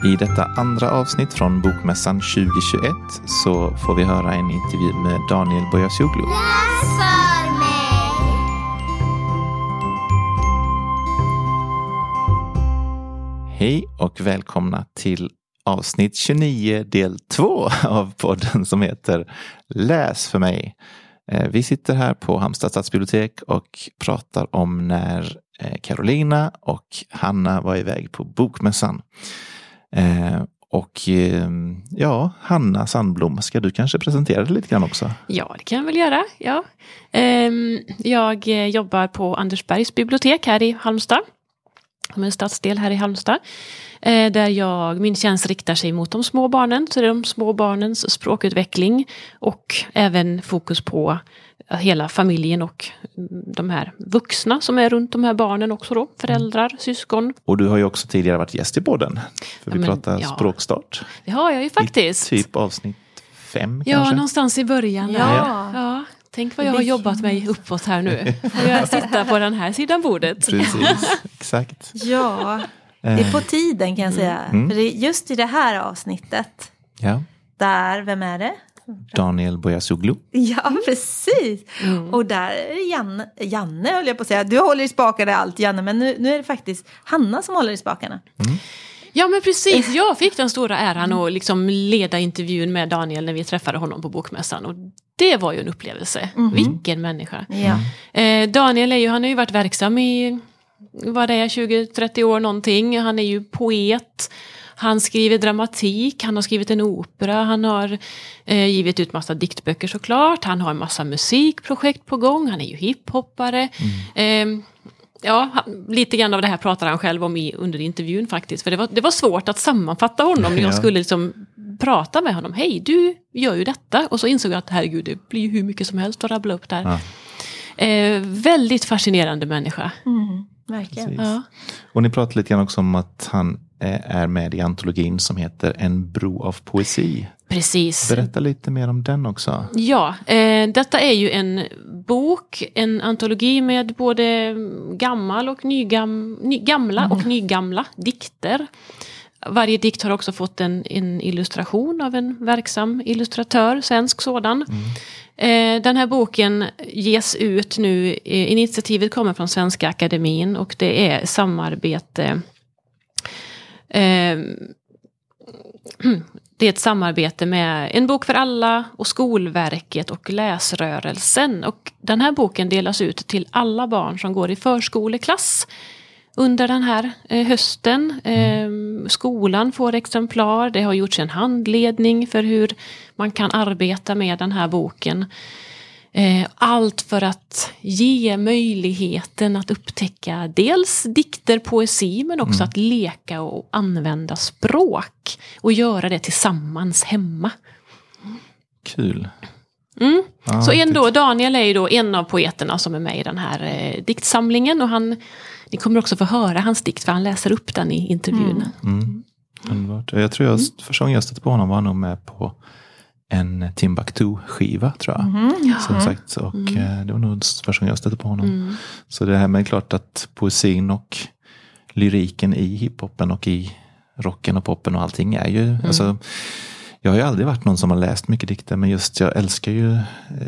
I detta andra avsnitt från Bokmässan 2021 så får vi höra en intervju med Daniel Boyasoglu. Läs för mig! Hej och välkomna till avsnitt 29 del 2 av podden som heter Läs för mig. Vi sitter här på Halmstad stadsbibliotek och pratar om när Carolina och Hanna var iväg på Bokmässan. Hanna Sandblom, ska du kanske presentera det lite grann också? Ja, det kan jag väl göra. Ja. Jag jobbar på Andersbergs bibliotek här i Halmstad. Som en stadsdel här i Halmstad. Där min tjänst riktar sig mot de små barnen. Så det är de små barnens språkutveckling. Och även fokus på hela familjen och de här vuxna som är runt de här barnen också då. Föräldrar, syskon. Och du har ju också tidigare varit gäst i podden. För vi pratar språkstart. Det har jag ju faktiskt. I typ avsnitt 5 kanske? Ja, någonstans i början. Ja. Tänk vad jag har jobbat mig uppåt här nu. Får jag sitta på den här sidan bordet? Precis, exakt. Ja, det är på tiden kan jag säga. För det är just i det här avsnittet. Ja. Där, vem är det? Daniel Boyasoglu. Ja, precis. Och där är Janne höll jag på att säga. Du håller i spakarna allt, Janne. Men nu är det faktiskt Hanna som håller i spakarna. Ja, men precis. Jag fick den stora äran att liksom leda intervjun med Daniel när vi träffade honom på Bokmässan. Och det var ju en upplevelse. Vilken människa. Ja. Daniel han har ju varit verksam i 20-30 år någonting. Han är ju poet. Han skriver dramatik, han har skrivit en opera, han har givit ut massa diktböcker såklart. Han har en massa musikprojekt på gång, han är ju hiphoppare. Lite grann av det här pratar han själv om under intervjun faktiskt. För det var svårt att sammanfatta honom när jag skulle liksom prata med honom. Hej, du gör ju detta. Och så insåg jag att herregud, det blir ju hur mycket som helst att rabbla upp där. Ja. Väldigt fascinerande människa. Verkligen. Ja. Och ni pratade lite grann också om att han är med i antologin som heter En bro av poesi. Precis. Berätta lite mer om den också. Ja, detta är ju en bok, en antologi med både gamla och nygamla dikter. Varje dikt har också fått en illustration av en verksam illustratör, svensk sådan. Den här boken ges ut nu, initiativet kommer från Svenska Akademin och det är samarbete. Det är ett samarbete med En bok för alla och Skolverket och Läsrörelsen. Och den här boken delas ut till alla barn som går i förskoleklass under den här hösten. Skolan får exemplar. Det har gjorts en handledning för hur man kan arbeta med den här boken. Allt för att ge möjligheten att upptäcka dels dikter, poesi men också att leka och använda språk och göra det tillsammans hemma. Kul. Så Daniel är ju då en av poeterna som är med i den här diktsamlingen och ni kommer också få höra hans dikt för han läser upp den i intervjun. Jag tror första gången jag stötte på honom var nog med på en Timbuktu-skiva tror jag. Som sagt. Och det var nog första gången jag stötte på honom. Så det här med klart att poesin och lyriken i hiphoppen och i rocken och poppen och allting är ju... Alltså, jag har ju aldrig varit någon som har läst mycket dikter men just jag älskar ju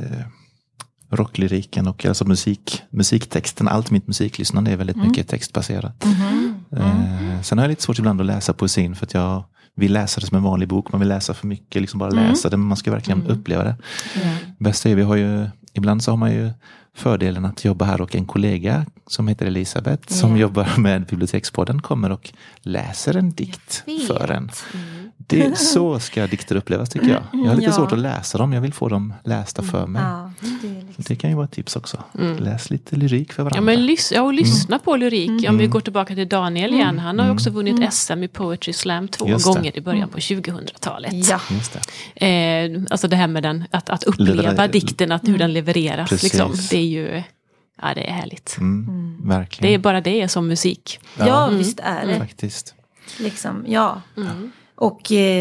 rocklyriken och alltså musiktexten. Allt mitt musiklyssnande är väldigt mycket textbaserat. Sen har jag lite svårt ibland att läsa poesin för att jag vill läsa det som en vanlig bok. Man vill läsa för mycket, liksom bara läsa det men man ska verkligen uppleva det. Bästa är ibland så har man ju fördelen att jobba här och en kollega som heter Elisabeth som jobbar med Bibliotekspodden kommer och läser en dikt för en. Så ska dikter upplevas tycker jag. Jag har lite svårt att läsa dem. Jag vill få dem lästa för mig. Det kan ju vara ett tips också. Läs lite lyrik för varandra. Ja, men lyssna på lyrik. Om vi går tillbaka till Daniel igen. Han har ju också vunnit SM i Poetry Slam 2 gånger i början på 2000-talet. Ja. Just det. Alltså det här med att uppleva dikten, att hur den levereras. Liksom. Det är ju... Ja, det är härligt. Verkligen. Det är bara det som musik. Ja, visst är det. Faktiskt. Liksom, ja. Och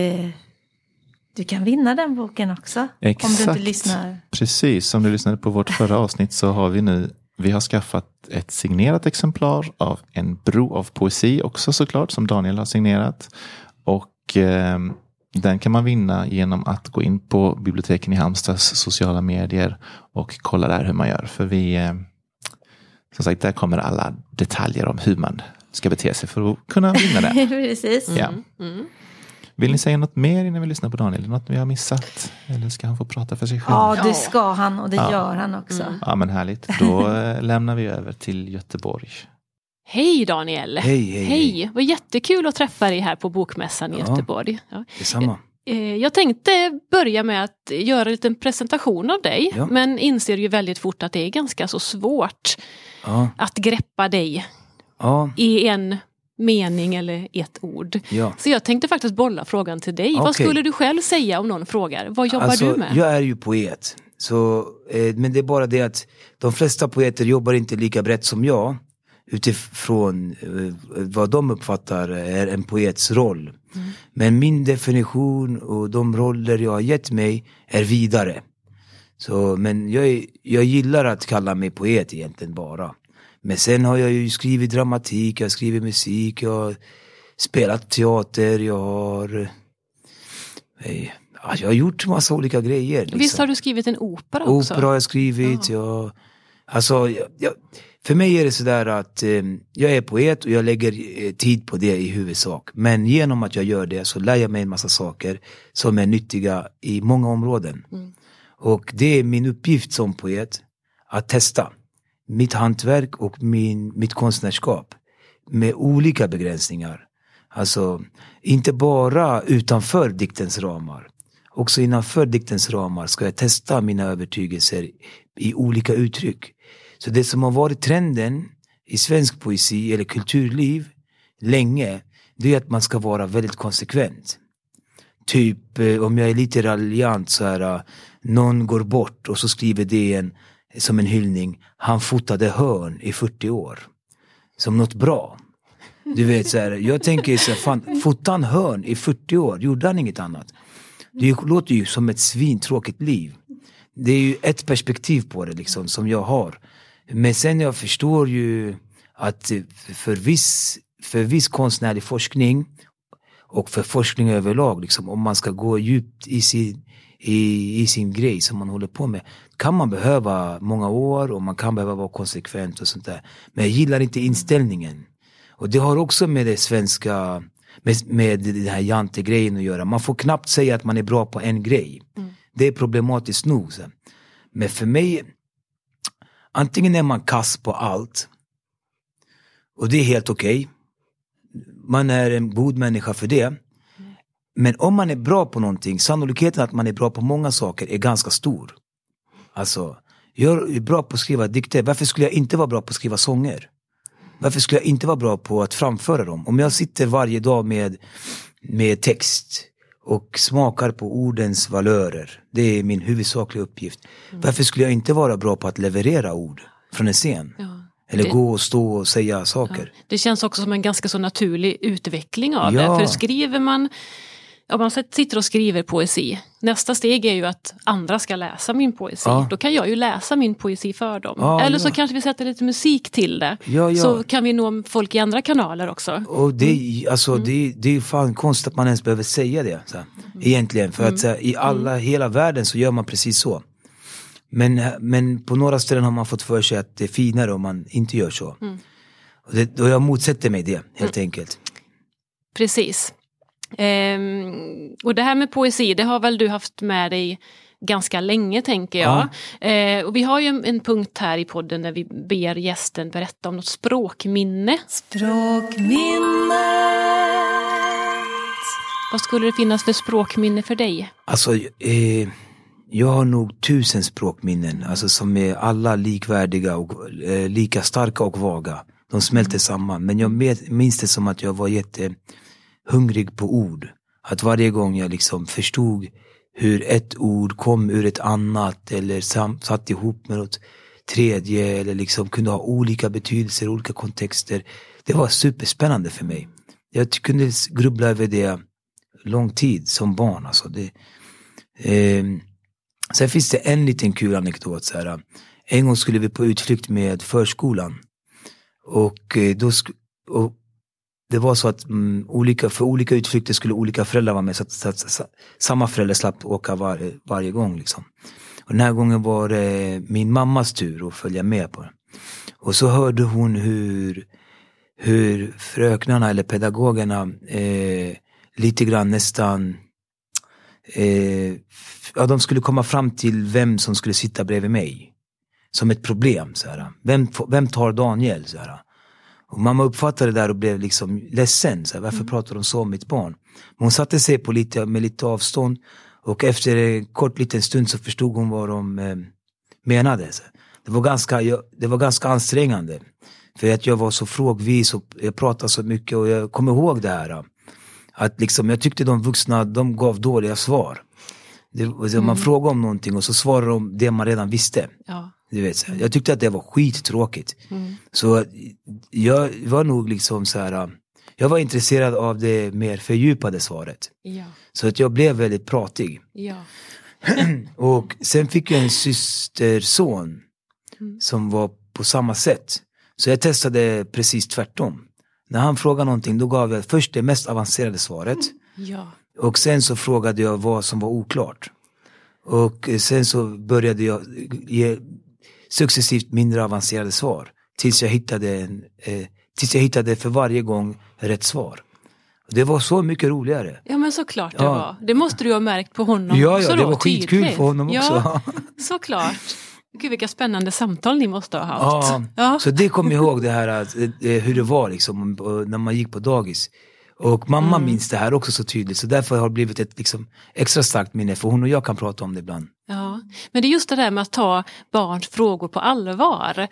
du kan vinna den boken också. Exakt. Om du inte lyssnar. Precis, som du lyssnade på vårt förra avsnitt så har vi har skaffat ett signerat exemplar av En bro av poesi också såklart som Daniel har signerat. Och den kan man vinna genom att gå in på biblioteken i Halmstads sociala medier och kolla där hur man gör. För som sagt, där kommer alla detaljer om hur man ska bete sig för att kunna vinna det. Precis. Ja. Vill ni säga något mer innan vi lyssnar på Daniel? Något vi har missat? Eller ska han få prata för sig själv? Ja, det ska han och det gör han också. Ja, men härligt. Då lämnar vi över till Göteborg. Hej Daniel! Hej! Vad jättekul att träffa dig här på Bokmässan i Göteborg. Ja. Detsamma. Jag tänkte börja med att göra en liten presentation av dig. Ja. Men inser ju väldigt fort att det är ganska så svårt att greppa dig i en mening eller ett ord. Ja. Så jag tänkte faktiskt bolla frågan till dig. Okay. Vad skulle du själv säga om någon frågar? Vad jobbar du med? Jag är ju poet. Så, men det är bara det att de flesta poeter jobbar inte lika brett som jag. Utifrån vad de uppfattar är en poets roll. Men min definition och de roller jag har gett mig är vidare. Så, men jag gillar att kalla mig poet egentligen bara. Men sen har jag ju skrivit dramatik, jag har skrivit musik, jag har spelat teater, jag har gjort massa olika grejer. Liksom. Visst har du skrivit en opera också? Opera har jag skrivit, för mig är det sådär att jag är poet och jag lägger tid på det i huvudsak. Men genom att jag gör det så lär jag mig en massa saker som är nyttiga i många områden. Och det är min uppgift som poet att testa mitt hantverk och mitt konstnärskap med olika begränsningar. Alltså inte bara utanför diktens ramar. Också innanför diktens ramar ska jag testa mina övertygelser i olika uttryck. Så det som har varit trenden i svensk poesi eller kulturliv länge, det är att man ska vara väldigt konsekvent. Typ om jag är lite raljant så här, någon går bort och så skriver DN som en hyllning, han fotade hörn i 40 år. Som något bra. Du vet så här, jag tänker så här, fan, fotade han hörn i 40 år, gjorde han inget annat? Det låter ju som ett svintråkigt liv. Det är ju ett perspektiv på det liksom, som jag har. Men sen jag förstår ju att för viss konstnärlig forskning och för forskning överlag, liksom, om man ska gå djupt i sin grej som man håller på med, kan man behöva många år och man kan behöva vara konsekvent och sånt där. Men jag gillar inte inställningen. Och det har också med det svenska, med den här jantegrejen att göra. Man får knappt säga att man är bra på en grej. Det är problematiskt nog. Så. Men för mig, antingen är man kass på allt och det är helt okej. Man är en god människa för det. Men om man är bra på någonting, sannolikheten att man är bra på många saker är ganska stor. Alltså, jag är bra på att skriva dikter. Varför skulle jag inte vara bra på att skriva sånger? Varför skulle jag inte vara bra på att framföra dem? Om jag sitter varje dag med text och smakar på ordens valörer, det är min huvudsakliga uppgift. Varför skulle jag inte vara bra på att leverera ord från en scen? Ja. Eller gå och stå och säga saker. Ja. Det känns också som en ganska så naturlig utveckling av det. För skriver man, om man sitter och skriver poesi, nästa steg är ju att andra ska läsa min poesi. Ja. Då kan jag ju läsa min poesi för dem. Ja, eller så kanske vi sätter lite musik till det. Ja. Så kan vi nå folk i andra kanaler också. Och det är ju fan konstigt att man ens behöver säga det. Så, egentligen. För att så, hela världen så gör man precis så. Men på några ställen har man fått för sig att det är finare om man inte gör så. Och jag motsätter mig det, helt enkelt. Precis. Och det här med poesi, det har väl du haft med dig ganska länge, tänker jag. Och vi har ju en punkt här i podden där vi ber gästen berätta om något språkminne. Vad skulle det finnas för språkminne för dig? Alltså, jag har nog 1000 språkminnen, alltså som är alla likvärdiga och lika starka och vaga. De smälter samman. Men jag minns det som att jag var jättehungrig på ord. Att varje gång jag liksom förstod hur ett ord kom ur ett annat eller satt ihop med något tredje eller liksom kunde ha olika betydelser, olika kontexter. Det var superspännande för mig. Jag kunde grubbla över det lång tid som barn. Alltså sen finns det en liten kul anekdot. Så här. En gång skulle vi på utflykt med förskolan. Och det var så att för olika utflykter skulle olika föräldrar vara med, så att samma förälder slapp åka varje gång liksom. Och den här gången var det min mammas tur att följa med på det. Och så hörde hon hur fröknarna eller pedagogerna lite grann nästan de skulle komma fram till vem som skulle sitta bredvid mig. Som ett problem så här. Vem tar Daniel så här. Och mamma uppfattade det där och blev liksom ledsen. Så här, varför pratar de så om mitt barn? Men hon satte sig med lite avstånd. Och efter en kort liten stund så förstod hon vad de menade. Så det var ganska ansträngande. För att jag var så frågvis och jag pratade så mycket. Och jag kommer ihåg det här. Att liksom, jag tyckte de vuxna, de gav dåliga svar. Man frågade om någonting och så svarade de det man redan visste. Ja. Du vet, så här. Jag tyckte att det var skittråkigt. Så jag var nog liksom så här. Jag var intresserad av det mer fördjupade svaret. Ja. Så att jag blev väldigt pratig. Ja. Och sen fick jag en systerson som var på samma sätt. Så jag testade precis tvärtom. När han frågade någonting, då gav jag först det mest avancerade svaret. Ja. Och sen så frågade jag vad som var oklart. Och sen så började jag ge successivt mindre avancerade svar. Tills jag hittade för varje gång rätt svar. Det var så mycket roligare. Ja, men såklart det var. Det måste du ha märkt på honom också. Ja, det var skitkul för honom också. Ja, såklart. Gud, vilka spännande samtal ni måste ha haft. Ja. Så det kom jag ihåg det här hur det var liksom när man gick på dagis. Och mamma minns det här också så tydligt. Så därför har det blivit ett liksom extra starkt minne. För hon och jag kan prata om det ibland. Ja, men det är just det där med att ta barns frågor på allvar.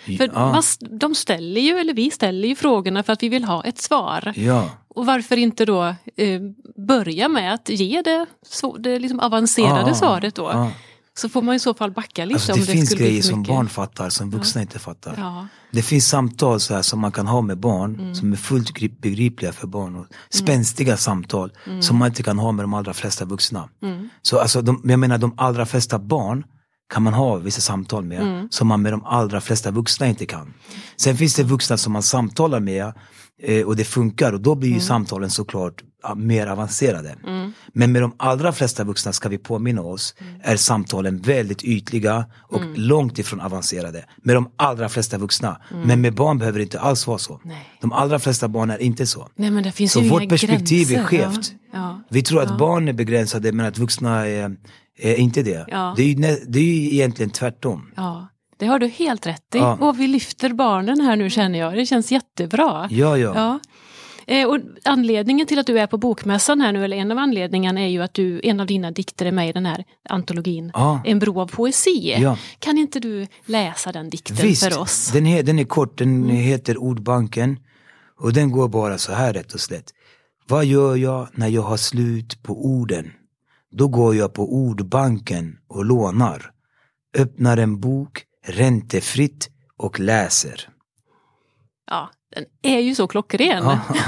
För vi ställer ju frågorna för att vi vill ha ett svar. Ja. Och varför inte då börja med att ge det liksom avancerade svaret då. Ja. Så får man i så fall backa lite. Alltså, om det finns skulle grejer som barn fattar som vuxna inte fattar. Ja. Det finns samtal så här som man kan ha med barn som är fullt begripliga för barn. Och spänstiga samtal som man inte kan ha med de allra flesta vuxna. Så alltså, jag menar de allra flesta barn kan man ha vissa samtal med som man med de allra flesta vuxna inte kan. Sen finns det vuxna som man samtalar med och det funkar och då blir ju samtalen såklart mer avancerade. Men med de allra flesta vuxna, ska vi påminna oss, är samtalen väldigt ytliga och långt ifrån avancerade. Med de allra flesta vuxna. Men med barn behöver det inte alls vara så. Nej. De allra flesta barn är inte så. Nej, men det finns så ju vårt perspektiv gränser. Är skevt. Ja. Vi tror att barn är begränsade men att vuxna är inte det. Ja. Det är ju egentligen tvärtom. Ja. Det har du helt rätt i. Ja. Och vi lyfter barnen här nu, känner jag. Det känns jättebra. Ja. Och anledningen till att du är på bokmässan här nu, eller en av anledningarna, är ju att en av dina dikter är med i den här antologin. En bro av poesi. Ja. Kan inte du läsa den dikten för oss? Den är kort, den heter Ordbanken. Och den går bara så här rätt och slätt. Vad gör jag när jag har slut på orden? Då går jag på ordbanken och lånar. Öppnar en bok räntefritt och läser. Ja, den är ju så klockren.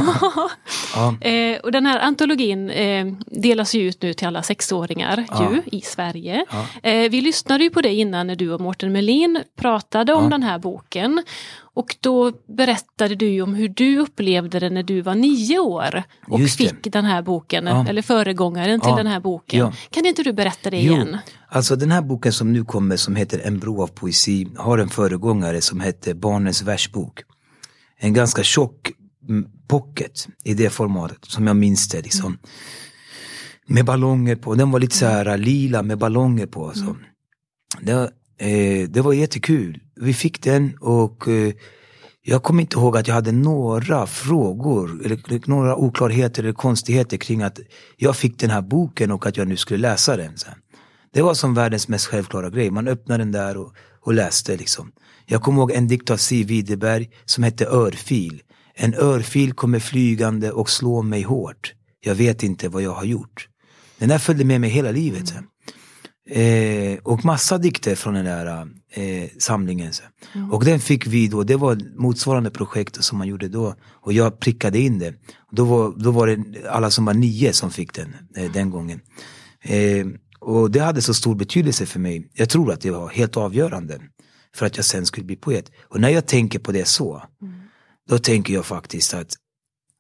Och den här antologin delas ju ut nu till alla 6-åringar i Sverige. Vi lyssnade ju på det innan när du och Mårten Melin pratade om den här boken. Och då berättade du ju om hur du upplevde det när du var 9 år och fick den här boken, eller föregångaren till den här boken. Ja. Kan inte du berätta det igen? Alltså den här boken som nu kommer, som heter En bro av poesi, har en föregångare som heter Barnens versbok. En ganska tjock pocket i det formatet, som jag minns det liksom. Med ballonger på. Den var lite så här lila med ballonger på. Så. Det var jättekul. Vi fick den och jag kommer inte ihåg att jag hade några frågor eller några oklarheter eller konstigheter kring att jag fick den här boken och att jag nu skulle läsa den sen. Det var som världens mest självklara grej. Man öppnade den där och läste liksom. Jag kommer ihåg en dikt av C. Widerberg som hette Örfil. En örfil kommer flygande och slår mig hårt. Jag vet inte vad jag har gjort. Den där följde med mig hela livet sen. Och massa dikter från den där samlingen. Och den fick vi då, det var motsvarande projekt som man gjorde då. Och jag prickade in det. Då var det alla som var 9 som fick den gången. Och det hade så stor betydelse för mig. Jag tror att det var helt avgörande för att jag sen skulle bli poet. Och när jag tänker på det så, då tänker jag faktiskt att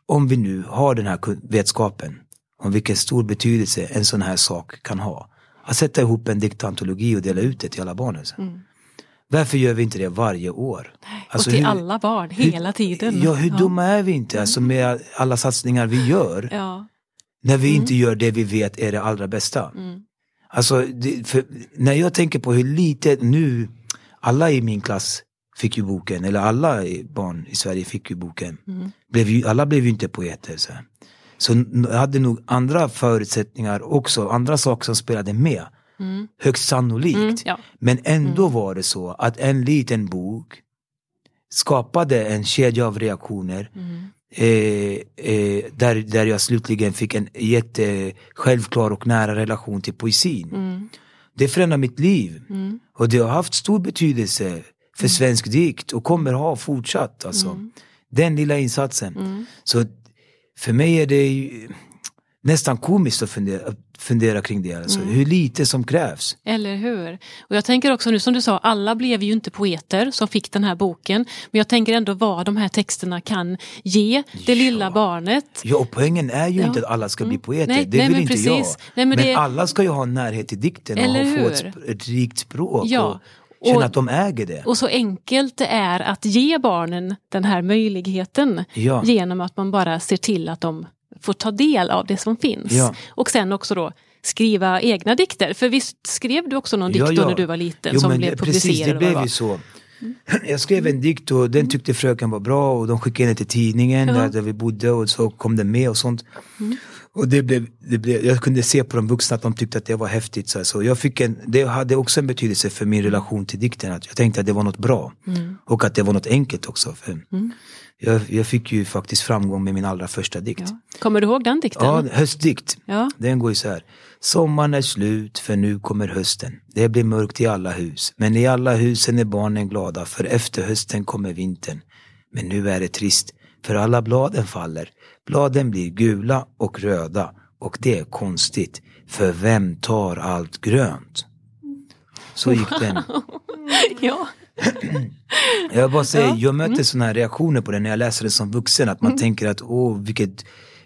om vi nu har den här vetskapen om vilken stor betydelse en sån här sak kan ha. Att sätta ihop en diktantologi och dela ut det till alla barnen. Varför gör vi inte det varje år? Alltså, och till alla barn, hela tiden. Ja, hur dumma är vi inte? Alltså med alla satsningar vi gör. När vi inte gör det vi vet är det allra bästa. Alltså, när jag tänker på hur lite nu, alla i min klass fick ju boken, eller alla barn i Sverige fick ju boken. Alla blev ju inte poeter. Så jag hade nog andra förutsättningar också, andra saker som spelade med. Högst sannolikt. Men ändå var det så att en liten bok skapade en kedja av reaktioner där jag slutligen fick en självklar och nära relation till poesin. Det förändrade mitt liv. Och det har haft stor betydelse för svensk dikt och kommer ha fortsatt. Alltså. Den lilla insatsen. Så för mig är det ju nästan komiskt att fundera kring det. Alltså. Hur lite som krävs. Eller hur? Och jag tänker också nu som du sa, alla blev ju inte poeter som fick den här boken. Men jag tänker ändå vad de här texterna kan ge det lilla barnet. Ja, och poängen är ju inte att alla ska bli poeter. Det vill inte precis. Jag. Men alla ska ju ha närhet till dikten och få ett rikt språk. Ja. Och känna att de äger det. Och så enkelt det är att ge barnen den här möjligheten. Genom att man bara ser till att de får ta del av det som finns. Och sen också då skriva egna dikter. För visst skrev du också någon dikt när du var liten som blev publicerad? Precis, det blev ju så. Jag skrev en dikt och den tyckte fröken var bra och de skickade in det till tidningen där vi bodde och så kom den med och sånt. Och det blev, jag kunde se på de vuxna att de tyckte att det var häftigt. Så jag fick det hade också en betydelse för min relation till dikten. Att jag tänkte att det var något bra. Och att det var något enkelt också. För jag fick ju faktiskt framgång med min allra första dikt. Kommer du ihåg den dikten? Ja, höstdikt. Den går ju så här. Sommaren är slut för nu kommer hösten. Det blir mörkt i alla hus. Men i alla husen är barnen glada för efter hösten kommer vintern. Men nu är det trist för alla bladen faller. Bladen blir gula och röda och det är konstigt. För vem tar allt grönt? Så gick den. Jag bara säger, jag möter såna här reaktioner på det när jag läser det som vuxen. Att man tänker att, vilket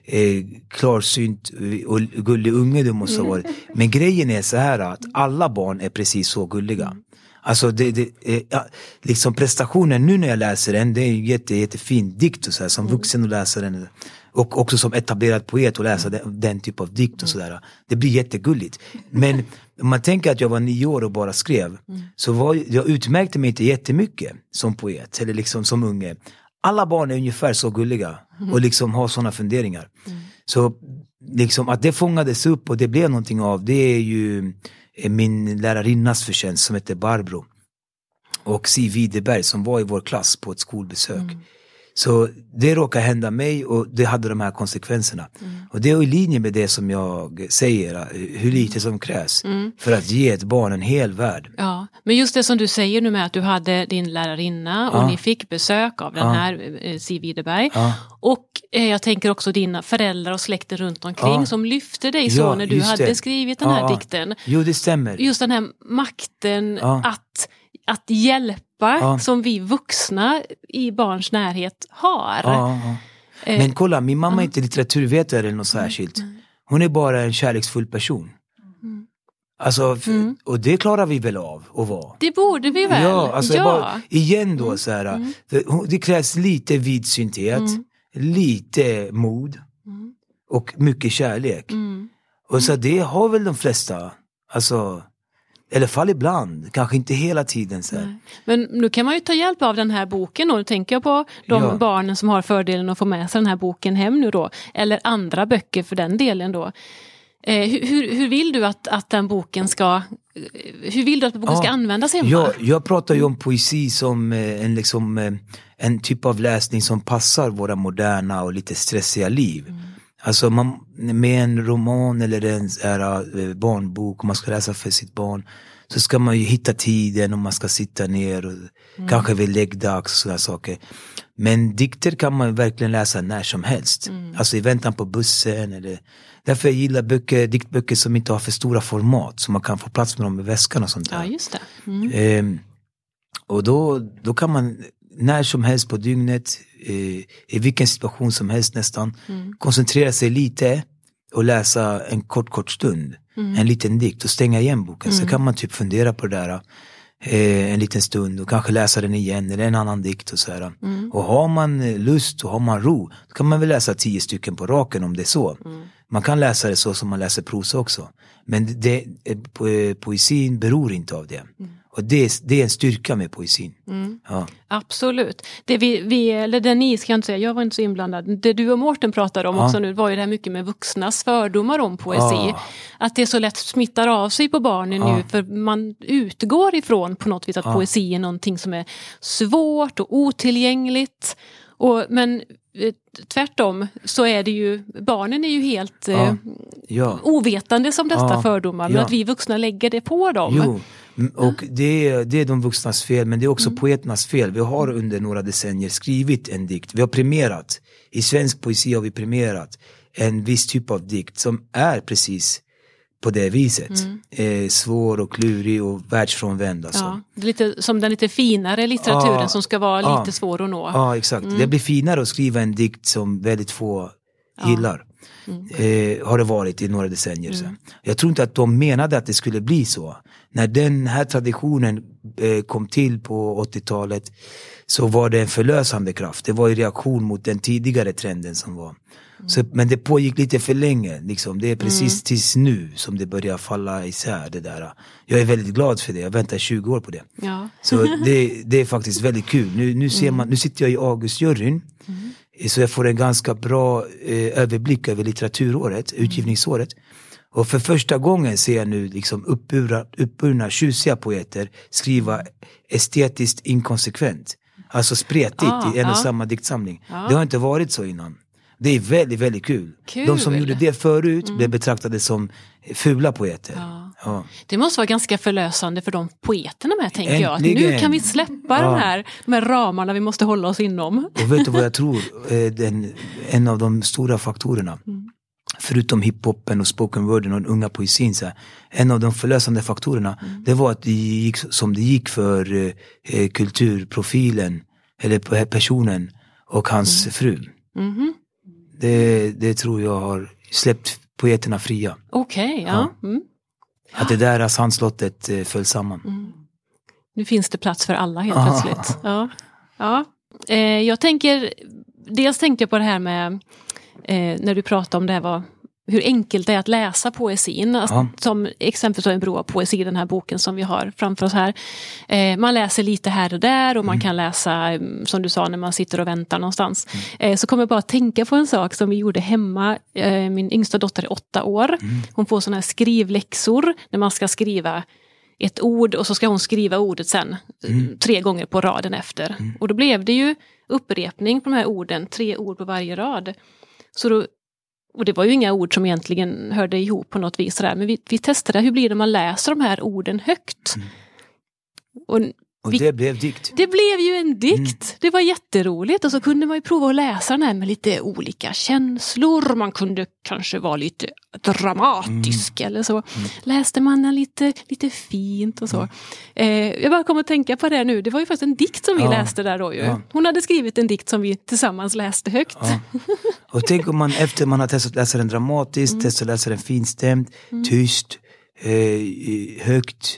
klarsynt och gullig unge du måste ha varit. Men grejen är så här att alla barn är precis så gulliga. Alltså liksom prestationen nu när jag läser den, det är en jättefin dikt och så här, som vuxen att läsa den. Och också som etablerad poet och läsa den typ av dikt och sådär. Det blir jättegulligt. Men om man tänker att jag var 9 år och bara skrev. Så jag utmärkte mig inte jättemycket som poet. Eller liksom som unge. Alla barn är ungefär så gulliga. Och liksom har sådana funderingar. Så liksom att det fångades upp och det blev någonting av. Det är ju min lärarinnas förtjänst som heter Barbro. Och Siv Widerberg som var i vår klass på ett skolbesök. Så det råkade hända mig och det hade de här konsekvenserna. Och det är i linje med det som jag säger, hur lite som krävs för att ge ett barn en hel värld. Ja, men just det som du säger nu med att du hade din lärarinna och ni fick besök av den här Siv Widerberg. Och jag tänker också dina föräldrar och släkter runt omkring som lyfte dig så när du hade skrivit den här dikten. Jo, det stämmer. Just den här makten att hjälpa som vi vuxna i barns närhet har. Men kolla, min mamma är inte litteraturvetare eller något särskilt. Hon är bara en kärleksfull person. Alltså, och det klarar vi väl av att vara. Det borde vi väl. Ja, alltså bara, igen då så här. Det krävs lite vidsynthet, lite mod och mycket kärlek. Och så det har väl de flesta, alltså... I alla fall ibland, kanske inte hela tiden. Så här. Men nu kan man ju ta hjälp av den här boken och nu tänker jag på de barnen som har fördelen att få med sig den här boken hem nu då. Eller andra böcker för den delen då. Hur vill du att den boken ska... Hur vill du att boken ska användas hemma? Jag pratar ju om poesi som en typ av läsning som passar våra moderna och lite stressiga liv. Alltså med en roman eller en barnbok, om man ska läsa för sitt barn, så ska man ju hitta tiden och man ska sitta ner och kanske vid läggdags och sådana saker. Men dikter kan man verkligen läsa när som helst. Alltså i väntan på bussen eller... Därför jag gillar diktböcker som inte har för stora format, så man kan få plats med dem i väskan och sånt där. Ja, just det. Och då kan man när som helst på dygnet, i vilken situation som helst nästan, koncentrera sig lite och läsa en kort stund, en liten dikt och stänga igen boken. Så kan man typ fundera på det där en liten stund och kanske läsa den igen eller en annan dikt och så här. Och har man lust och har man ro, då kan man väl läsa 10 stycken på raken om det är så. Man kan läsa det så som man läser prosa också. Men poesin beror inte av det. Och det är en styrka med poesin. Ja. Absolut. Det ni ska jag inte säga, jag var inte så inblandad. Det du och Mårten pratade om också nu var ju det här mycket med vuxnas fördomar om poesi. Att det så lätt smittar av sig på barnen nu, för man utgår ifrån på något vis att poesi är någonting som är svårt och otillgängligt. Men tvärtom så är det ju, barnen är ju helt ovetande som dessa fördomar, men att vi vuxna lägger det på dem. Jo. Och det är de vuxnas fel, men det är också poeternas fel. Vi har under några decennier skrivit en dikt. Vi har premierat, i svensk poesi har vi premierat en viss typ av dikt som är precis på det viset. Svår och klurig och världsfrånvänd. Alltså. Ja, det är lite, som den lite finare litteraturen som ska vara lite svår att nå. Ja, exakt. Det blir finare att skriva en dikt som väldigt få gillar. Har det varit i några decennier sedan. Jag tror inte att de menade att det skulle bli så. När den här traditionen kom till på 80-talet så var det en förlösande kraft. Det var i reaktion mot den tidigare trenden som var. Men det pågick lite för länge. Liksom. Det är precis tills nu som det börjar falla isär det där. Jag är väldigt glad för det. Jag väntar 20 år på det. Ja. Så det är faktiskt väldigt kul. Nu sitter jag i Augustjuryn. Så jag får en ganska bra överblick över litteraturåret, utgivningsåret. Och för första gången ser jag nu liksom uppburna tjusiga poeter skriva estetiskt inkonsekvent. Alltså spretigt i en och samma diktsamling. Det har inte varit så innan. Det är väldigt, väldigt kul. De som gjorde det förut blev betraktade som fula poeter. Ja. Det måste vara ganska förlösande för de poeterna med, tänker jag. Att nu kan vi släppa de här ramarna vi måste hålla oss inom. Och vet du vad jag tror? En av de stora faktorerna, förutom hiphopen och spoken worden och den unga poesin, så här, en av de förlösande faktorerna, det var att det gick som det gick för kulturprofilen eller personen och hans fru. Det tror jag har släppt poeterna fria. Okej, ja. Att det där sandslottet föll samman. Nu finns det plats för alla helt plötsligt. Ja. Jag tänkte jag på det här med när du pratade om det här hur enkelt det är att läsa poesin. Alltså, som exempel så är en bro av poesi, den här boken som vi har framför oss här. Man läser lite här och där och man kan läsa, som du sa, när man sitter och väntar någonstans. Så kommer jag bara att tänka på en sak som vi gjorde hemma. Min yngsta dotter är 8 år. Hon får såna här skrivläxor när man ska skriva ett ord och så ska hon skriva ordet sen 3 gånger på raden efter. Och då blev det ju upprepning på de här orden, 3 ord på varje rad. Och det var ju inga ord som egentligen hörde ihop på något vis sådär. Men vi testade hur blir det när man läser de här orden högt. Och det blev dikt. Det blev ju en dikt. Det var jätteroligt. Och så kunde man ju prova att läsa den här med lite olika känslor. Man kunde kanske vara lite dramatisk eller så. Läste man den lite fint och så. Jag bara kom att tänka på det nu. Det var ju faktiskt en dikt som vi läste där då ju. Hon hade skrivit en dikt som vi tillsammans läste högt. Och tänk om man efter man har testat läsa den dramatiskt, testat läsa den finstämd, tyst, högt,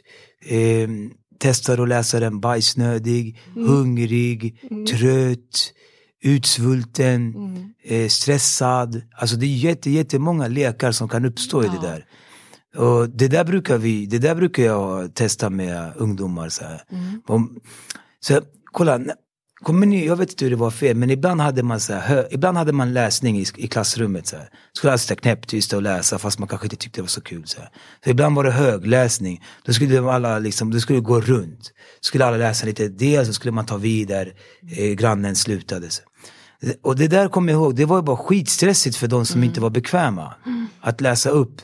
testar att läsa den bajsnödig, hungrig, trött, utsvulten, stressad. Alltså det är jättemånga lekar som kan uppstå i det där. Och det där brukar jag testa med ungdomar så här. Så kolla, kommer ni, jag vet inte hur det var fel, men ibland hade man så här, ibland hade man läsning i klassrummet så här. Skulle alltså knäpptysta och läsa fast man kanske inte tyckte det var så kul så här. Så ibland var det högläsning. Då skulle alla liksom, det skulle gå runt. Skulle alla läsa lite del, så skulle man ta vid där grannen slutade så. Och det där kommer jag ihåg, det var ju bara skitstressigt för de som inte var bekväma att läsa upp.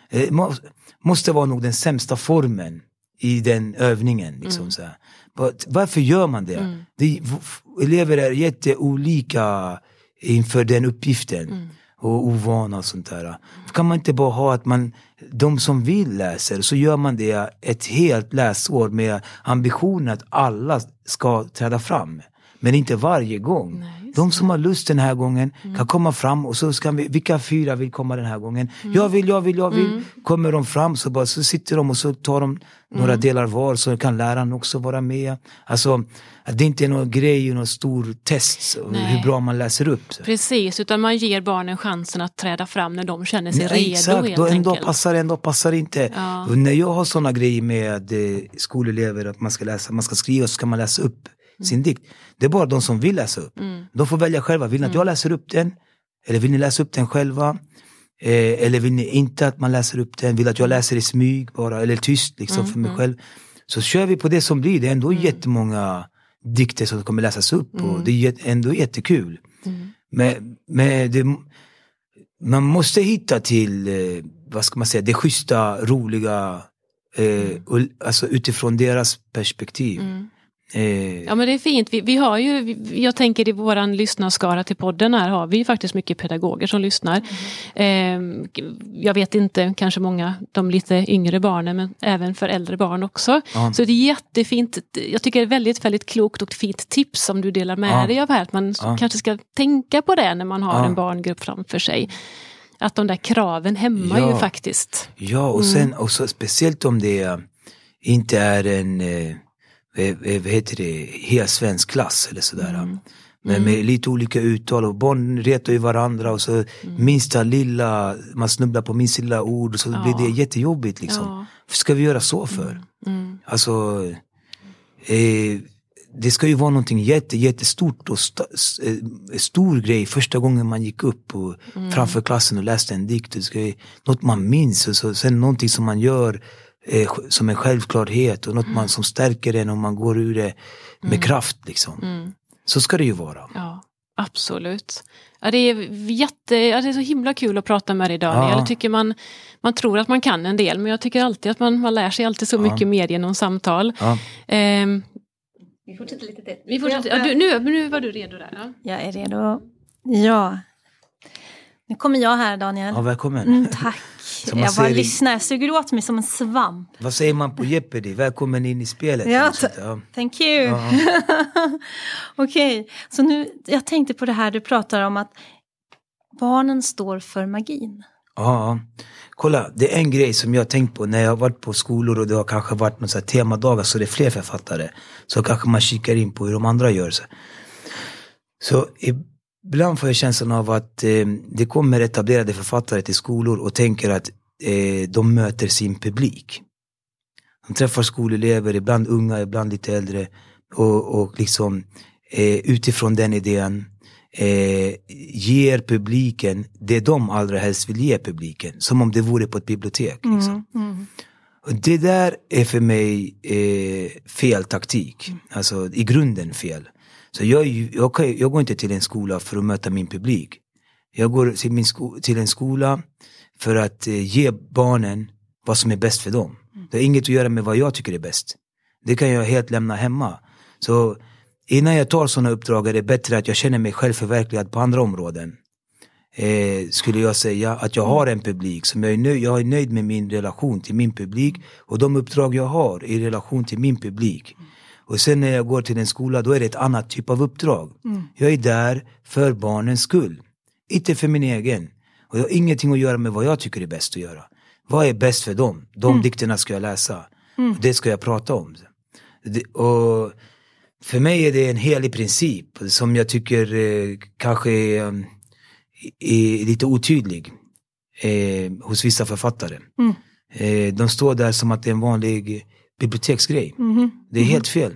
Måste vara nog den sämsta formen i den övningen liksom så här. Varför gör man det? Elever är jätteolika inför den uppgiften och ovana och sånt där. Kan man inte bara ha att de som vill läser, så gör man det ett helt läsår med ambitionen att alla ska träda fram. Men inte varje gång. Nej, de som har lust den här gången kan komma fram och så ska vi, vilka 4 vill komma den här gången? Jag vill. Kommer de fram så sitter de och så tar de några delar var så kan läraren också vara med. Alltså att det inte är någon grej, någon stor test hur bra man läser upp. Så. Precis, utan man ger barnen chansen att träda fram när de känner sig redo. Exakt, då ändå passar inte. Ja. Och när jag har sådana grejer med skolelever att man ska skriva så ska man läsa upp sin dikt. Det är bara de som vill läsa upp. De får välja själva. Vill ni att jag läser upp den? Eller vill ni läsa upp den själva? Eller vill ni inte att man läser upp den? Vill att jag läser i smyg bara? Eller tyst liksom för mig själv? Så kör vi på det som blir. Det är ändå jättemånga dikter som kommer läsas upp. Och det är ändå jättekul. Men man måste hitta till, vad ska man säga, det schyssta, roliga, alltså utifrån deras perspektiv. Ja, men det är fint. Vi har ju, jag tänker i våran lyssnarskara till podden här har vi faktiskt mycket pedagoger som lyssnar. Jag vet inte, kanske många, de lite yngre barnen, men även för äldre barn också. Så det är jättefint, jag tycker det är väldigt, väldigt klokt och fint tips som du delar med dig av här. Att man kanske ska tänka på det när man har en barngrupp framför sig. Att de där kraven hämmar ju faktiskt. Ja, och sen också speciellt om det inte är en vad heter det, helt svensk klass eller sådär. Men med lite olika uttal och barn retar ju varandra och så minsta lilla, man snubblar på minsta lilla ord och så blir det jättejobbigt liksom. Ska vi göra så för? Alltså det ska ju vara någonting jättestort och stor grej första gången man gick upp och framför klassen och läste en dikt. Det ska ju, något man minns och så, sen någonting som man gör som en självklarhet och något man som stärker en om man går ur det med kraft liksom. Så ska det ju vara. Ja, absolut. Ja, det är så himla kul att prata med dig, Daniel. Jag tycker man tror att man kan en del, men jag tycker alltid att man lär sig alltid så mycket mer genom samtal. Vi fortsätter lite till. Vi fortsätter. Nu var du redo där. Ja. Jag är redo. Ja. Nu kommer jag här, Daniel. Ja, välkommen. Tack. Jag bara lyssnar. Jag suger åt mig som en svamp. Vad säger man på Jeopardy? Välkommen in i spelet. Ja, thank you. Okej, så nu, jag tänkte på det här du pratar om att barnen står för magin. Ja, kolla, det är en grej som jag har tänkt på när jag har varit på skolor och det har kanske varit någon så här temadagar så det är fler författare. Så kanske man kikar in på hur de andra gör så. Så ibland får jag känslan av att det kommer etablerade författare till skolor och tänker att de möter sin publik. De träffar skolelever, ibland unga, ibland lite äldre och liksom utifrån den idén ger publiken det de allra helst vill ge publiken. Som om det vore på ett bibliotek. Liksom. Och det där är för mig fel taktik. Alltså i grunden fel. Så jag går inte till en skola för att möta min publik. Jag går till en skola för att ge barnen vad som är bäst för dem. Det har inget att göra med vad jag tycker är bäst. Det kan jag helt lämna hemma. Så innan jag tar sådana uppdrag är det bättre att jag känner mig själv förverkligad på andra områden. Skulle jag säga att jag har en publik som jag är nöjd med min relation till min publik och de uppdrag jag har i relation till min publik. Och sen när jag går till en skola då är det ett annat typ av uppdrag. Jag är där för barnens skull. Inte för min egen. Och jag har ingenting att göra med vad jag tycker är bäst att göra. Vad är bäst för dem? De dikterna ska jag läsa. Och det ska jag prata om. Och för mig är det en helig princip som jag tycker kanske är lite otydlig hos vissa författare. De står där som att det är en vanlig biblioteksgrej. Det är helt fel.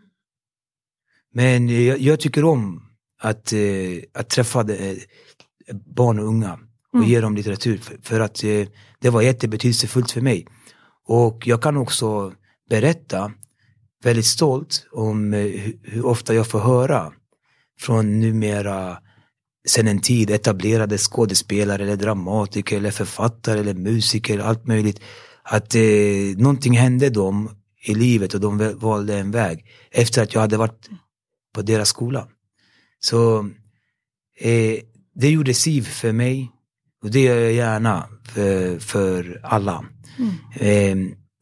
Men jag tycker om att träffa barn och unga och ge dem litteratur för att det var jättebetydelsefullt för mig. Och jag kan också berätta väldigt stolt om hur ofta jag får höra från numera sen en tid etablerade skådespelare eller dramatiker eller författare eller musiker, allt möjligt, att någonting hände dem i livet och de valde en väg efter att jag hade varit på deras skola. Så det gjorde SIV för mig och det gör jag gärna för alla.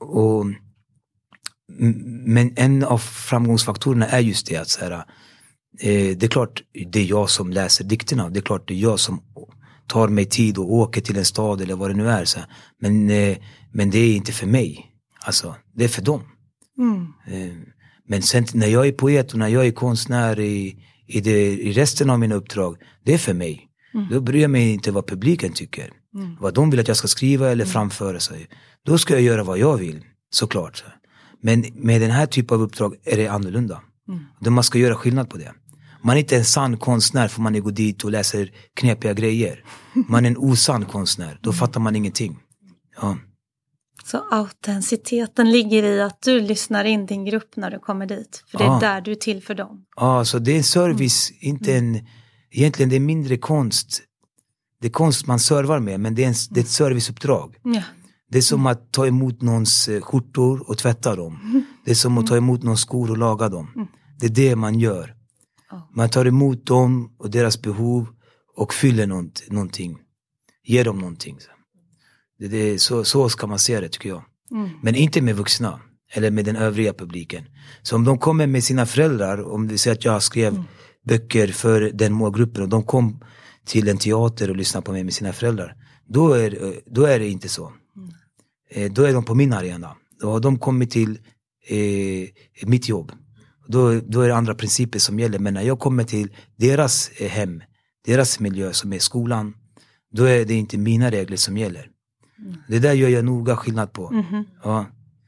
Men en av framgångsfaktorerna är just det att så här, det är klart det är jag som läser dikterna. Det är klart det är jag som tar mig tid och åker till en stad eller vad det nu är. Så. Men det är inte för mig. Alltså, det är för dem. Men sen när jag är poet och när jag är konstnär i resten av mina uppdrag, det är för mig. Då bryr jag mig inte vad publiken tycker. Vad de vill att jag ska skriva eller framföra sig. Då ska jag göra vad jag vill, såklart. Så. Men med den här typen av uppdrag är det annorlunda. Då man ska göra skillnad på det. Man är inte en sann konstnär för man går dit och läser knepiga grejer. Man är en osann konstnär. Då fattar man ingenting. Ja. Så autenticiteten ligger i att du lyssnar in din grupp när du kommer dit. För det är där du är till för dem. Ja, så det är en service. Egentligen det är mindre konst. Det är konst man servar med. Men det är ett serviceuppdrag. Ja. Det är som att ta emot någons skjortor och tvätta dem. Det är som att ta emot någons skor och laga dem. Det är det man gör. Man tar emot dem och deras behov och fyller någonting. Ger dem någonting. Så ska man se det, tycker jag. Men inte med vuxna eller med den övriga publiken. Så om de kommer med sina föräldrar, om vi säger att jag skrev böcker för den målgruppen och de kom till en teater och lyssnade på mig med sina föräldrar, då är det inte så. Då är de på min arena. Då har de kommit till mitt jobb. Då är det andra principer som gäller. Men när jag kommer till deras hem, deras miljö som är skolan, då är det inte mina regler som gäller. Det där gör jag noga skillnad på. Ja.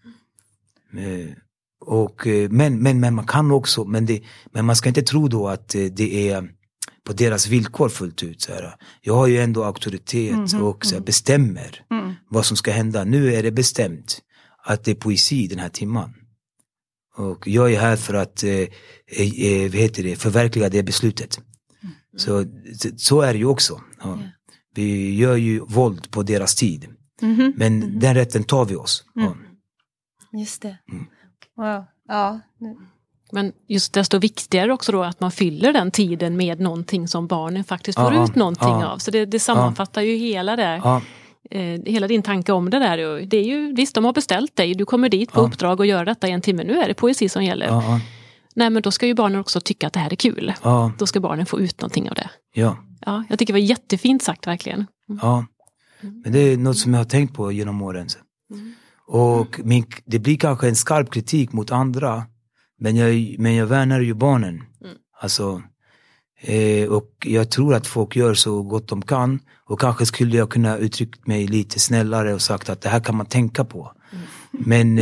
Men man kan också, men man ska inte tro då att det är på deras villkor fullt ut. Så här. Jag har ju ändå auktoritet och så här, bestämmer vad som ska hända. Nu är det bestämt att det är poesi den här timman. Och jag är här för att förverkliga det beslutet. Så är det ju också. Ja. Vi gör ju våld på deras tid. Men den rätten tar vi oss. Ja. Just det. Wow. Ja. Men just desto viktigare också då att man fyller den tiden med någonting som barnen faktiskt får ut någonting av. Så det sammanfattar ju hela det. Hela din tanke om det där. Det är ju, visst, de har beställt dig. Du kommer dit på uppdrag och gör detta i en timme. Nu är det poesi som gäller. Nej, men då ska ju barnen också tycka att det här är kul. Då ska barnen få ut någonting av det. Ja, jag tycker det var jättefint sagt verkligen. Ja, men det är något som jag har tänkt på genom åren. Och det blir kanske en skarp kritik mot andra. Men jag värnar ju barnen. Alltså, och jag tror att folk gör så gott de kan. Och kanske skulle jag kunna uttrycka mig lite snällare och sagt att det här kan man tänka på. Men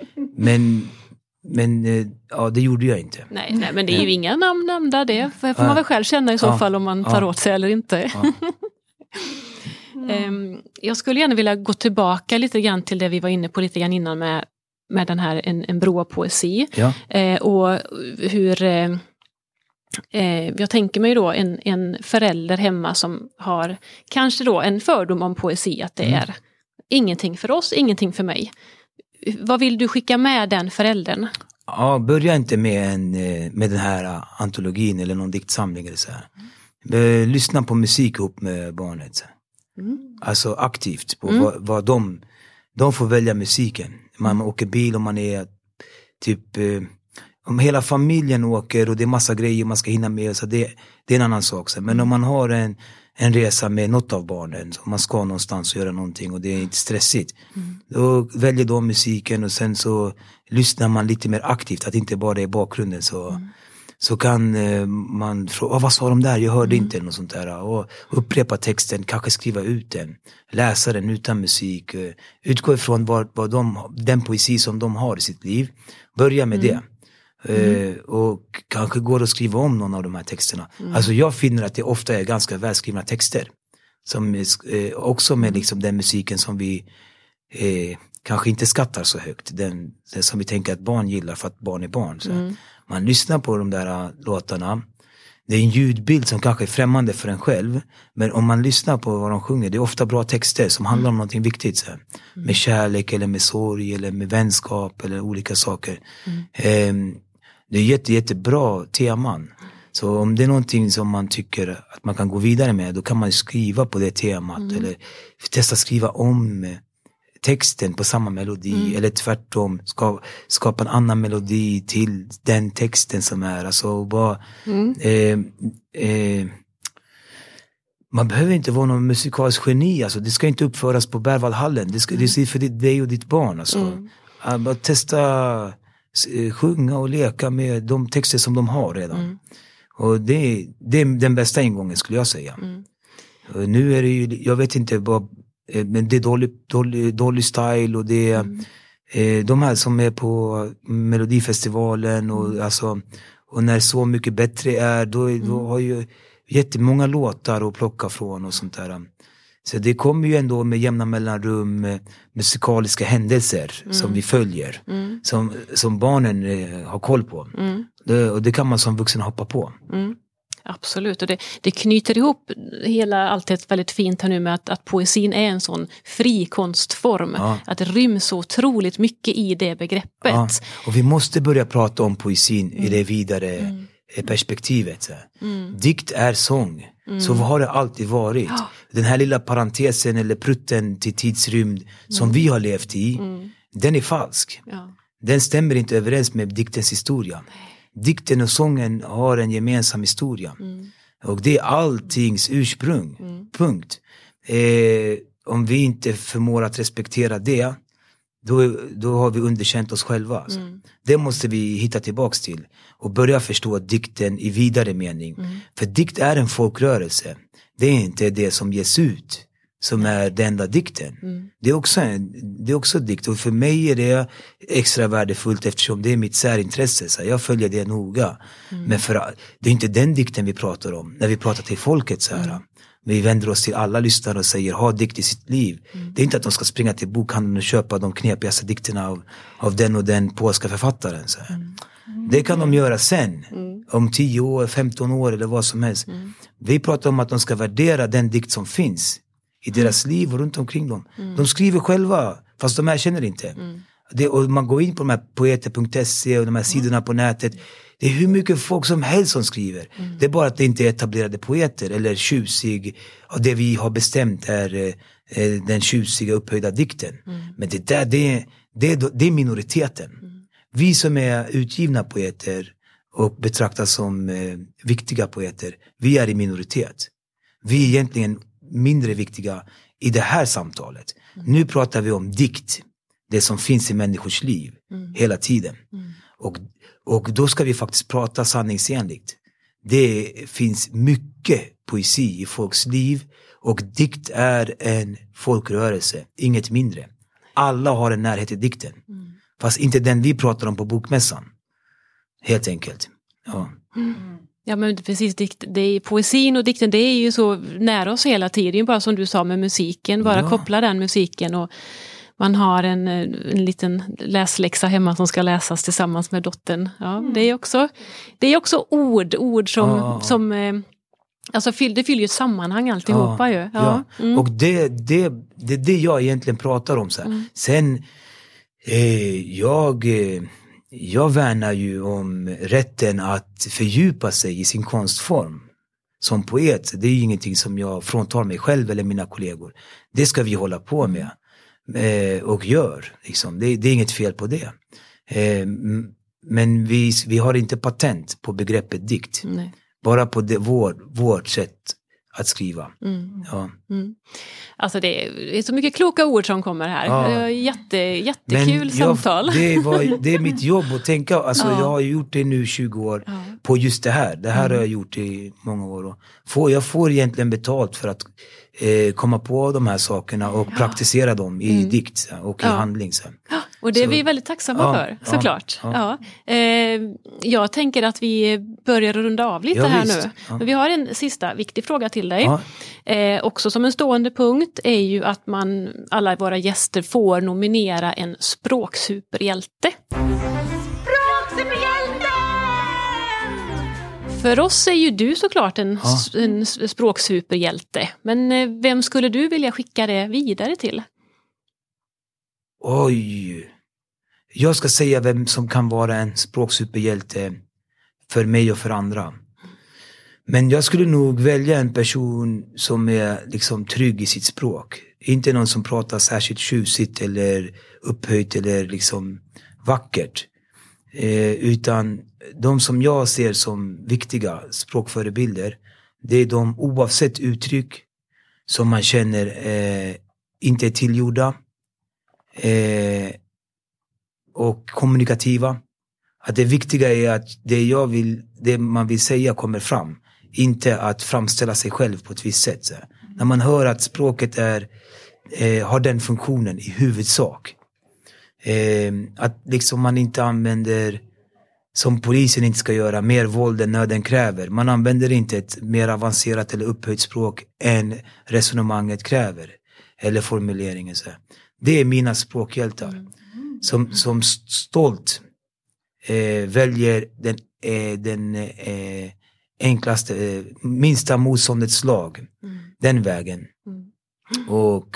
det gjorde jag inte. Nej, men det är ju inga namn nämnda. Det får man väl själv känna i så fall om man tar åt sig eller inte. Jag skulle gärna vilja gå tillbaka lite grann till det vi var inne på lite grann innan med den här en brå poesi. Och hur jag tänker mig då en förälder hemma som har kanske då en fördom om poesi, att det är ingenting för oss, ingenting för mig. Vad vill du skicka med den föräldern? Ja, börja inte med den här antologin eller någon diktsamling eller så här. Lyssna på musik ihop med barnet. Alltså aktivt på vad de får välja musiken. Man åker bil och man är typ om hela familjen åker och det är massa grejer man ska hinna med, så det är en annan sak. Men om man har en resa med något av barnen, så man ska någonstans och göra någonting och det är inte stressigt, då väljer de musiken och sen så lyssnar man lite mer aktivt, att inte bara är bakgrunden, så kan man fråga, vad sa de där? Jag hörde inte något sånt där. Och upprepa texten, kanske skriva ut den. Läsa den utan musik. Utgå ifrån den poesi som de har i sitt liv. Börja med det. Och kanske går att skriva om någon av de här texterna. Alltså jag finner att det ofta är ganska välskrivna texter. Som också med liksom den musiken som vi kanske inte skattar så högt. Den som vi tänker att barn gillar för att barn är barn. Så. Man lyssnar på de där låtarna. Det är en ljudbild som kanske är främmande för en själv. Men om man lyssnar på vad de sjunger, det är ofta bra texter som handlar om någonting viktigt. Så. Med kärlek eller med sorg eller med vänskap eller olika saker. Det är jättebra teman. Så om det är någonting som man tycker att man kan gå vidare med, då kan man skriva på det temat. Eller testa skriva om texten på samma melodi eller tvärtom skapa en annan melodi till den texten som är. Alltså bara man behöver inte vara någon musikalisk geni, alltså det ska inte uppföras på Berwaldhallen, det är för dig och ditt barn alltså. Bara testa sjunga och leka med de texter som de har redan. Och det är den bästa ingången skulle jag säga. Och nu är det ju, jag vet inte vad, men det är Dolly Style och det är de här som är på Melodifestivalen och alltså, och när Så mycket bättre är då har ju jättemånga låtar att plocka från och sånt där. Så det kommer ju ändå med jämna mellanrum musikaliska händelser som vi följer. Som barnen har koll på. Och det kan man som vuxen hoppa på. Absolut, och det knyter ihop allt det väldigt fint här nu med att poesin är en sån fri konstform. Att det ryms så otroligt mycket i det begreppet. Ja. Och vi måste börja prata om poesin i det vidare perspektivet. Dikt är sång. Så har det alltid varit. Den här lilla parentesen eller prutten till tidsrymd som vi har levt i, den är falsk. Den stämmer inte överens med diktens historia. Dikten och sången har en gemensam historia. Och det är alltings ursprung. Punkt. Om vi inte förmår att respektera det, då har vi underkänt oss själva. Alltså. Det måste vi hitta tillbaks till. Och börja förstå dikten i vidare mening. För dikt är en folkrörelse. Det är inte det som ges ut som är den enda dikten. Det är också dikt. Och för mig är det extra värdefullt eftersom det är mitt särintresse. Så jag följer det noga. Men det är inte den dikten vi pratar om. När vi pratar till folket så här. Vi vänder oss till alla lyssnare och säger ha dikt i sitt liv. Det är inte att de ska springa till bokhandeln och köpa de knepigaste dikterna av den och den polska författaren. Så här. Det kan de göra sen. Om 10 år, 15 år eller vad som helst. Vi pratar om att de ska värdera den dikt som finns i deras liv och runt omkring dem. De skriver själva, fast de erkänner inte. Och man går in på de här poeter.se och de här sidorna på nätet. Det är hur mycket folk som helst som skriver. Det är bara att det inte är etablerade poeter eller tjusig. Och det vi har bestämt är den tjusiga upphöjda dikten. Men det är minoriteten. Vi som är utgivna poeter och betraktas som viktiga poeter, vi är i minoritet. Vi är egentligen mindre viktiga i det här samtalet. Nu pratar vi om dikt. Det som finns i människors liv hela tiden. Och då ska vi faktiskt prata sanningsenligt. Det finns mycket poesi i folks liv. Och dikt är en folkrörelse, inget mindre. Alla har en närhet till dikten. Fast inte den vi pratar om på bokmässan. Helt enkelt. Ja. Ja men precis, det är poesin och dikten, det är ju så nära oss hela tiden. Bara som du sa med musiken, bara koppla den musiken och man har en liten läsläxa hemma som ska läsas tillsammans med dottern. Ja, det är också ord som alltså det fyller ju ett sammanhang alltihopa ju. Ja. Och det är det jag egentligen pratar om så här. Sen jag värnar ju om rätten att fördjupa sig i sin konstform som poet. Det är ju ingenting som jag fråntar mig själv eller mina kollegor. Det ska vi hålla på med. Och gör liksom. Det är inget fel på det. Men vi har inte patent på begreppet dikt. Nej. Bara på vårt sätt att skriva. Alltså det är så mycket kloka ord som kommer här. Jättekul samtal. Det är mitt jobb att tänka. Alltså jag har gjort det nu 20 år på just det här. Det här har jag gjort i många år. Jag får egentligen betalt för att komma på de här sakerna och praktisera dem i dikt och i handling. Och det är vi väldigt tacksamma för, såklart. Jag tänker att vi börjar runda av lite här nu. Men vi har en sista viktig fråga till dig. Också som en stående punkt är ju att alla våra gäster får nominera en språksuperhjälte. För oss är ju du såklart en språksuperhjälte. Men vem skulle du vilja skicka det vidare till? Oj. Jag ska säga vem som kan vara en språksuperhjälte för mig och för andra. Men jag skulle nog välja en person som är liksom trygg i sitt språk. Inte någon som pratar särskilt tjusigt eller upphöjt eller liksom vackert. Utan de som jag ser som viktiga språkförebilder, det är de oavsett uttryck som man känner inte är tillgjorda och kommunikativa. Att det viktiga är att det man vill säga kommer fram. Inte att framställa sig själv på ett visst sätt. Så. När man hör att språket har den funktionen i huvudsak. Att liksom man inte använder, som polisen inte ska göra, mer våld än nöden kräver. Man använder inte ett mer avancerat eller upphöjt språk än resonemanget kräver. Eller formuleringen. Så. Det är mina språkhjältar. Som stolt väljer den enklaste, minsta motståndets lag. Den vägen. Och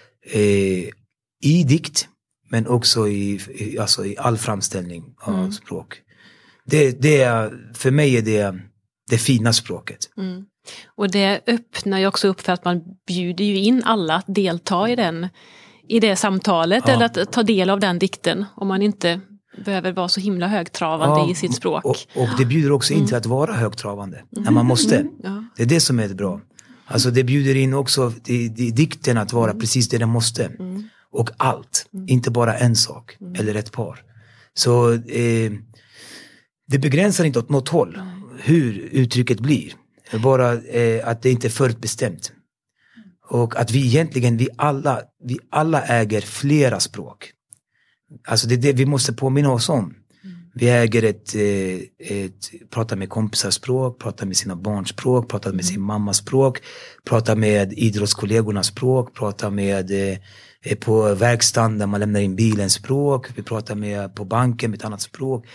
i dikt, men också i all framställning av språk. För mig är det fina språket. Och det öppnar ju också upp för att man bjuder ju in alla att delta i det samtalet eller att ta del av den dikten om man inte behöver vara så himla högtravande i sitt språk. Och det bjuder också in till att vara högtravande när man måste. Det är det som är bra. Alltså det bjuder in också i dikten att vara precis det den måste. Och allt, inte bara en sak eller ett par. Så det begränsar inte åt något håll hur uttrycket blir. Bara att det inte är förutbestämt. Och att vi alla äger flera språk. Alltså det är det vi måste påminna oss om. Vi äger ett prata med kompisars språk, prata med sina barns språk, prata med sin mammas språk, prata med idrottskollegornas språk, prata med på verkstaden där man lämnar in bilens språk, vi pratar med på banken med ett annat språk.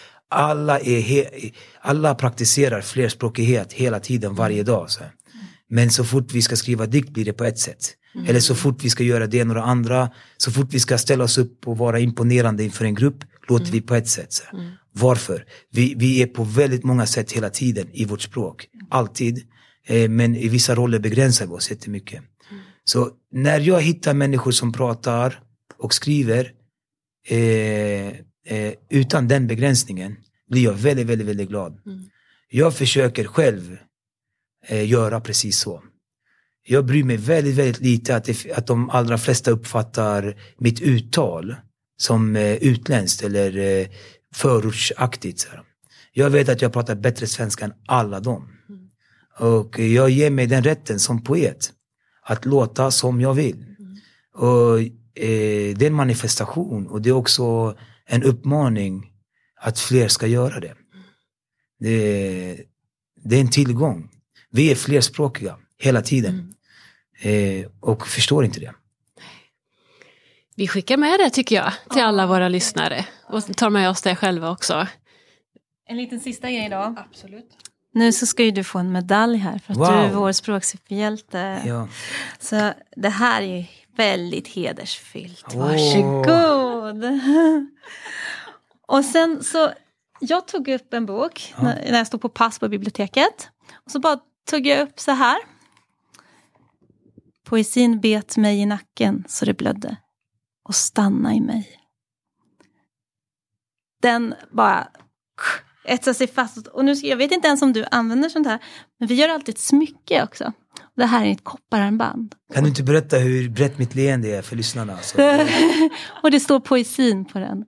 Alla praktiserar flerspråkighet hela tiden, varje dag. Så. Men så fort vi ska skriva dikt blir det på ett sätt. Eller så fort vi ska göra det några andra, så fort vi ska ställa oss upp och vara imponerande inför en grupp, låter vi på ett sätt. Så. Varför? Vi är på väldigt många sätt hela tiden i vårt språk. Alltid. Men i vissa roller begränsar vi oss jättemycket. Så när jag hittar människor som pratar och skriver utan den begränsningen, blir jag väldigt, väldigt, väldigt glad. Jag försöker själv göra precis så. Jag bryr mig väldigt, väldigt lite att de allra flesta uppfattar mitt uttal som utländskt eller förortsaktigt. Så. Jag vet att jag pratar bättre svenska än alla dem. Och jag ger mig den rätten som poet att låta som jag vill. Och det är en manifestation, och det är också en uppmaning att fler ska göra det. Det är en tillgång. Vi är flerspråkiga hela tiden. Och förstår inte det. Vi skickar med det, tycker jag, till alla våra lyssnare. Och tar med oss det själva också. En liten sista grej då. Absolut. Nu så ska ju du få en medalj här för att du är vår språksuperhjälte. Ja. Så det här är ju väldigt hedersfyllt. Varsågod. Och sen så, jag tog upp en bok när jag stod på pass på biblioteket. Och så bara tog jag upp så här. Poesin bet mig i nacken så det blödde. Och stanna i mig. Den bara etsar sig fast. Och nu, jag vet inte ens om du använder sånt här. Men vi gör alltid ett smycke också. Det här är ett koppararmband. Kan du inte berätta hur brett mitt leende är för lyssnarna? Alltså? Och det står poesin på den.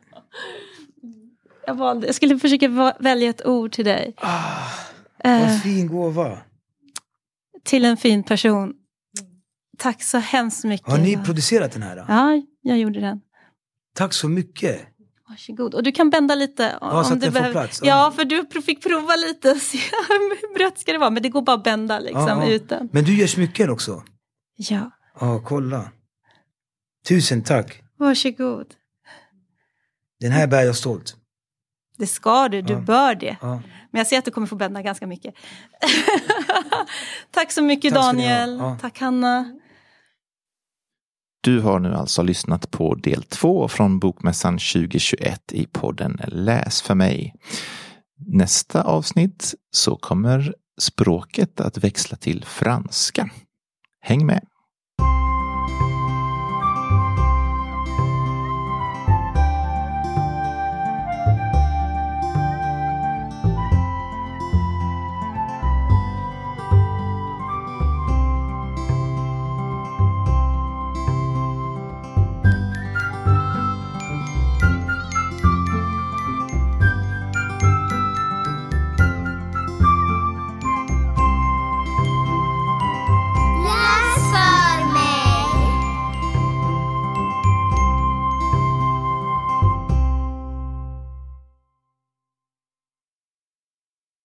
Jag skulle försöka välja ett ord till dig. Vad fin gåva. Till en fin person. Tack så hemskt mycket. Har ni producerat den här då? Ja, jag gjorde den. Tack så mycket. Varsågod. Och du kan bända lite om du behöver. Plats. Ja, för du fick prova lite och se hur brett ska det vara. Men det går bara att bända liksom ut den. Men du gör smycken också? Ja. Ja, kolla. Tusen tack. Varsågod. Den här bär jag stolt. Det ska du bör det. Ja. Men jag ser att du kommer få bända ganska mycket. Tack så mycket, tack Daniel. Ja. Tack Hanna. Du har nu alltså lyssnat på del 2 från Bokmässan 2021 i podden Läs för mig. Nästa avsnitt så kommer språket att växla till franska. Häng med!